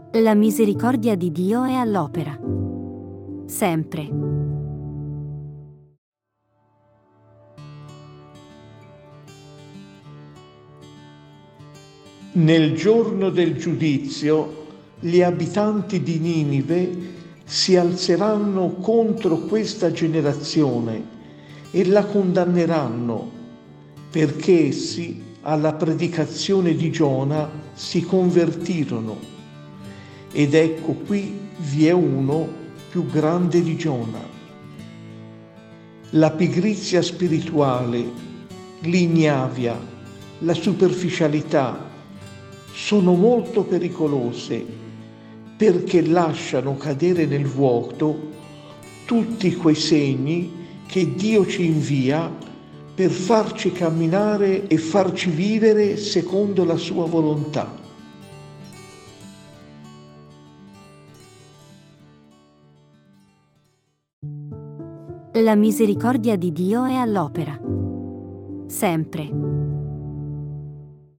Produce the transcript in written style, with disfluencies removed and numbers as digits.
La misericordia di Dio è all'opera. Sempre. Nel giorno del giudizio, gli abitanti di Ninive si alzeranno contro questa generazione e la condanneranno, perché essi alla predicazione di Giona si convertirono. Ed ecco qui vi è uno più grande di Giona. La pigrizia spirituale, l'ignavia, la superficialità sono molto pericolose perché lasciano cadere nel vuoto tutti quei segni che Dio ci invia per farci camminare e farci vivere secondo la sua volontà. La misericordia di Dio è all'opera. Sempre.